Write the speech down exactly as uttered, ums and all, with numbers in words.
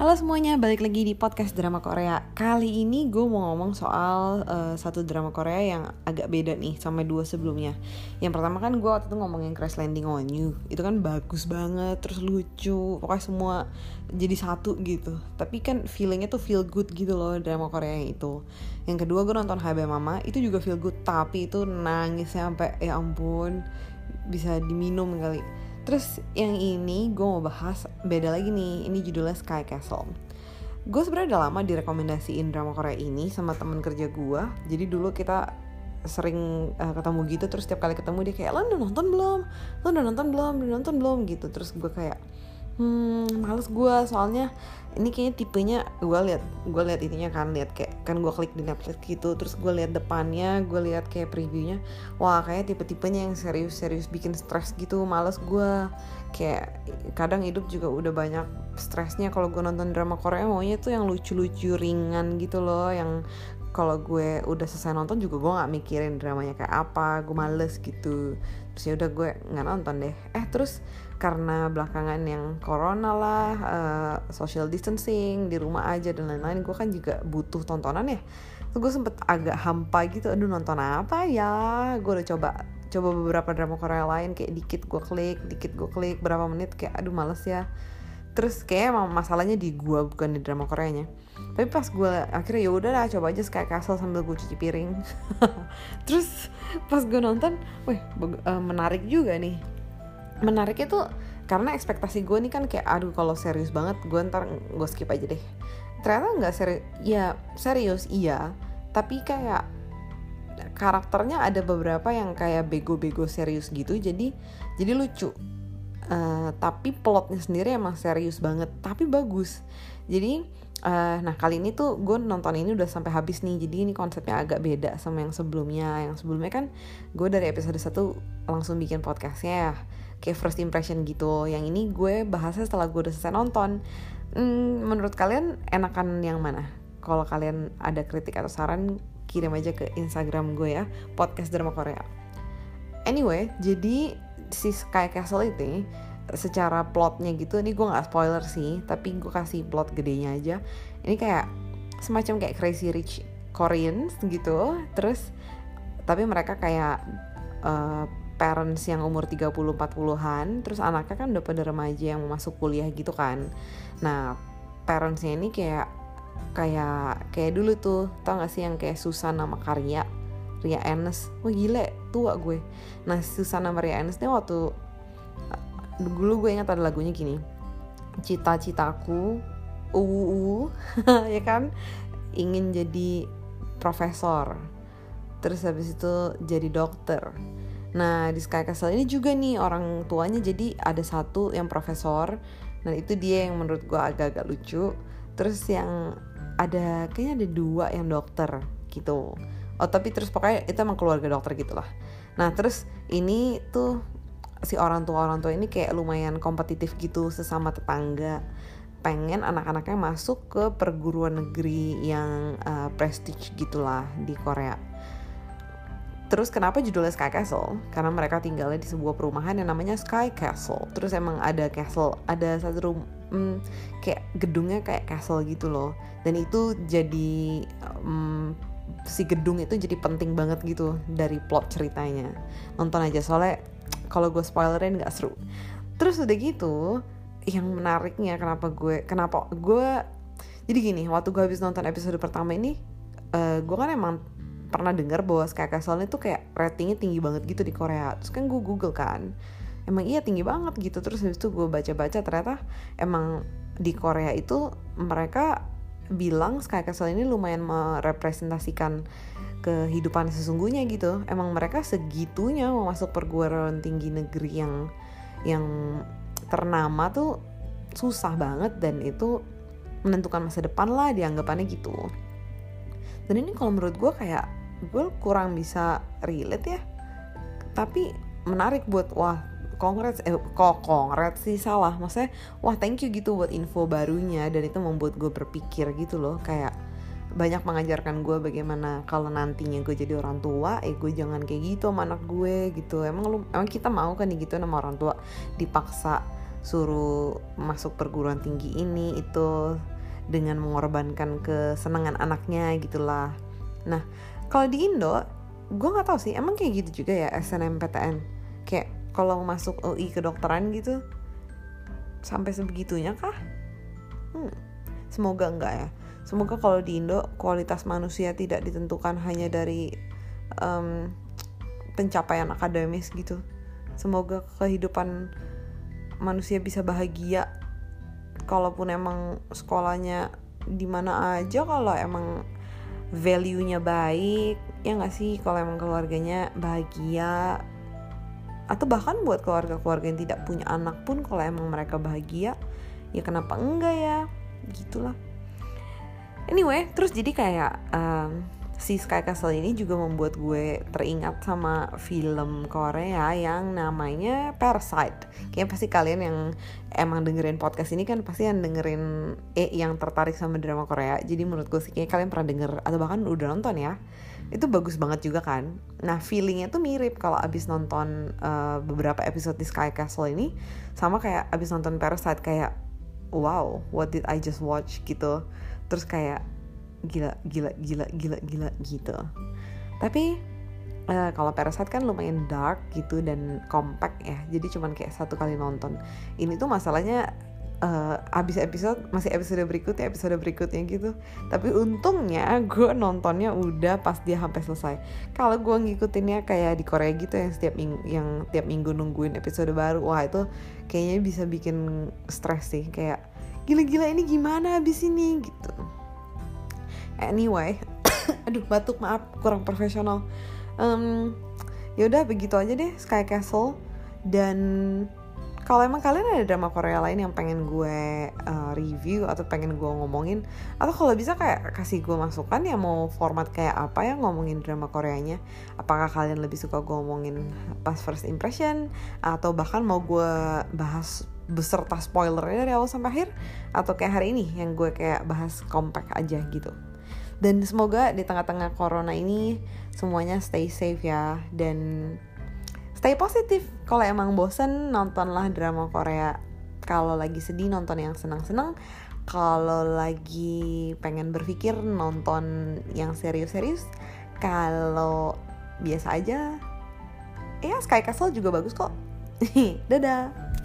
Halo semuanya, balik lagi di podcast drama Korea. Kali ini gue mau ngomong soal uh, satu drama Korea yang agak beda nih sama dua sebelumnya. Yang pertama kan gue waktu itu ngomongin Crash Landing on You. Itu kan bagus banget, terus lucu, pokoknya semua jadi satu gitu. Tapi kan feelingnya tuh feel good gitu loh drama Korea yang itu. Yang kedua gue nonton Hae Mama, itu juga feel good, tapi itu nangisnya sampai ya ampun, bisa diminum kali. Terus yang ini gue mau bahas beda lagi nih, ini judulnya Sky Castle. Gue sebenarnya udah lama direkomendasiin drama Korea ini sama temen kerja gue. Jadi dulu kita sering uh, ketemu gitu, terus setiap kali ketemu dia kayak, lo udah nonton belum? Lo udah nonton belum? Udah nonton belum? Gitu. Terus gue kayak, hmm males gue, soalnya ini kayaknya tipenya gue lihat gue lihat ininya kan, lihat kayak kan gue klik di Netflix gitu, terus gue lihat depannya, gue lihat kayak previewnya, wah kayak tipe-tipenya yang serius-serius bikin stres gitu. Males gue, kayak kadang hidup juga udah banyak stresnya. Kalau gue nonton drama Korea maunya tuh yang lucu-lucu ringan gitu loh, yang kalau gue udah selesai nonton juga gue nggak mikirin dramanya kayak apa, gue males gitu. Terus ya udah gue nggak nonton deh. Eh terus karena belakangan yang corona lah, uh, social distancing, di rumah aja dan lain-lain, gue kan juga butuh tontonan ya. Terus gue sempet agak hampa gitu, aduh nonton apa ya. Gue udah coba coba beberapa drama Korea lain, kayak dikit gue klik, dikit gue klik, berapa menit kayak aduh males ya. Terus kayak emang masalahnya di gue, bukan di drama Koreanya. Tapi pas gue akhirnya ya udah lah, coba aja Sky Castle sambil gue cuci piring. Terus pas gue nonton, wih uh, menarik juga nih. Menariknya tuh karena ekspektasi gue nih kan kayak aduh kalau serius banget gue ntar gue skip aja deh. Ternyata nggak serius, ya serius iya, tapi kayak karakternya ada beberapa yang kayak bego-bego serius gitu, jadi jadi lucu. Uh, tapi plotnya sendiri emang serius banget, tapi bagus. Jadi uh, nah kali ini tuh gue nonton ini udah sampai habis nih. Jadi ini konsepnya agak beda sama yang sebelumnya. Yang sebelumnya kan gue dari episode satu langsung bikin podcastnya ya, kayak first impression gitu. Yang ini gue bahasnya setelah gue udah selesai nonton. hmm, Menurut kalian enakan yang mana? Kalau kalian ada kritik atau saran, kirim aja ke Instagram gue ya, podcast drama Korea. Anyway, jadi si Sky Castle itu secara plotnya gitu, ini gue nggak spoiler sih, tapi gue kasih plot gedenya aja. Ini kayak semacam kayak Crazy Rich Koreans gitu, terus tapi mereka kayak uh, parents yang umur tiga puluh empat puluhan, terus anaknya kan udah pada remaja yang mau masuk kuliah gitu kan. Nah parentsnya ini kayak kayak kayak dulu tuh, tau gak sih yang kayak Susan sama Karya Ria Enes, wah gile, tua gue. Nah Susana Maria Enes nih waktu dulu gue ingat ada lagunya gini, cita-citaku uu ya kan, ingin jadi profesor, terus habis itu jadi dokter. Nah di Sky Castle ini juga nih orang tuanya jadi ada satu yang profesor, nah itu dia yang menurut gue agak-agak lucu. Terus yang ada kayaknya ada dua yang dokter gitu. Oh tapi terus pokoknya itu emang keluarga dokter gitu lah. Nah terus ini tuh si orang tua orang tua ini kayak lumayan kompetitif gitu sesama tetangga, pengen anak-anaknya masuk ke perguruan negeri yang uh, prestige gitulah di Korea. Terus kenapa judulnya Sky Castle? Karena mereka tinggalnya di sebuah perumahan yang namanya Sky Castle. Terus emang ada castle, ada satu room, hmm, kayak gedungnya kayak castle gitu loh. Dan itu jadi um, si gedung itu jadi penting banget gitu dari plot ceritanya. Nonton aja soalnya kalau gue spoilerin nggak seru. Terus udah gitu, yang menariknya kenapa gue kenapa gue jadi gini, waktu gue habis nonton episode pertama ini, uh, gue kan emang pernah dengar bahwa Sky Castle itu kayak ratingnya tinggi banget gitu di Korea. Terus kan gue google kan, emang iya tinggi banget gitu. Terus habis itu gue baca-baca, ternyata emang di Korea itu mereka bilang Sky Castle ini lumayan merepresentasikan kehidupan sesungguhnya gitu. Emang mereka segitunya mau masuk perguruan tinggi negeri yang yang ternama tuh susah banget, dan itu menentukan masa depan lah dianggapannya gitu. Dan ini kalau menurut gue kayak gue kurang bisa relate ya, tapi menarik buat wah congrats eh kok congrats sih salah, maksudnya wah thank you gitu buat info barunya, dan itu membuat gue berpikir gitu loh, kayak banyak mengajarkan gue bagaimana kalau nantinya gue jadi orang tua, eh gue jangan kayak gitu sama anak gue gitu. Emang lu emang kita mau kan gitu sama orang tua dipaksa suruh masuk perguruan tinggi ini itu, dengan mengorbankan kesenangan anaknya gitulah. Nah kalau di Indo gue nggak tahu sih, emang kayak gitu juga ya S N M P T N, kayak kalau masuk U I kedokteran gitu sampai sebegitunya kah? Hmm, semoga enggak ya. Semoga kalau di Indo kualitas manusia tidak ditentukan hanya dari um, pencapaian akademis gitu. Semoga kehidupan manusia bisa bahagia. Kalaupun emang sekolahnya di mana aja, kalau emang value-nya baik, ya nggak sih? Kalau emang keluarganya bahagia, atau bahkan buat keluarga-keluarga yang tidak punya anak pun, kalau emang mereka bahagia, ya kenapa enggak ya? Gitulah. Anyway, terus jadi kayak um, si Sky Castle ini juga membuat gue teringat sama film Korea yang namanya Parasite. Kayaknya pasti kalian yang emang dengerin podcast ini kan pasti yang dengerin eh yang tertarik sama drama Korea. Jadi menurut gue sih kayaknya kalian pernah denger atau bahkan udah nonton ya. Itu bagus banget juga kan. Nah feelingnya tuh mirip kalau abis nonton uh, beberapa episode di Sky Castle ini sama kayak abis nonton Parasite, kayak wow, what did I just watch gitu. Terus kayak gila gila gila gila gila gitu. Tapi uh, kalau Parasite kan lumayan dark gitu dan compact ya, jadi cuman kayak satu kali nonton. Ini tuh masalahnya uh, abis episode masih episode berikutnya episode berikutnya gitu. Tapi untungnya gue nontonnya udah pas dia sampai selesai. Kalau gue ngikutinnya kayak di Korea gitu yang setiap minggu, yang tiap minggu nungguin episode baru, wah itu kayaknya bisa bikin stres sih, kayak gila-gila ini gimana abis ini gitu. Anyway, aduh batuk, maaf, kurang profesional. Um, yaudah begitu aja deh Sky Castle. Dan kalau emang kalian ada drama Korea lain yang pengen gue uh, review atau pengen gue ngomongin, atau kalau bisa kayak kasih gue masukan ya, mau format kayak apa ya ngomongin drama Koreanya. Apakah kalian lebih suka gue ngomongin pas first impression, atau bahkan mau gue bahas beserta spoilernya dari awal sampai akhir, atau kayak hari ini yang gue kayak bahas compact aja gitu. Dan semoga di tengah-tengah corona ini semuanya stay safe ya, dan stay positif. Kalau emang bosen, nontonlah drama Korea. Kalau lagi sedih, nonton yang senang-senang. Kalau lagi pengen berpikir, nonton yang serius-serius. Kalau biasa aja, ya Sky Castle juga bagus kok. Dadah.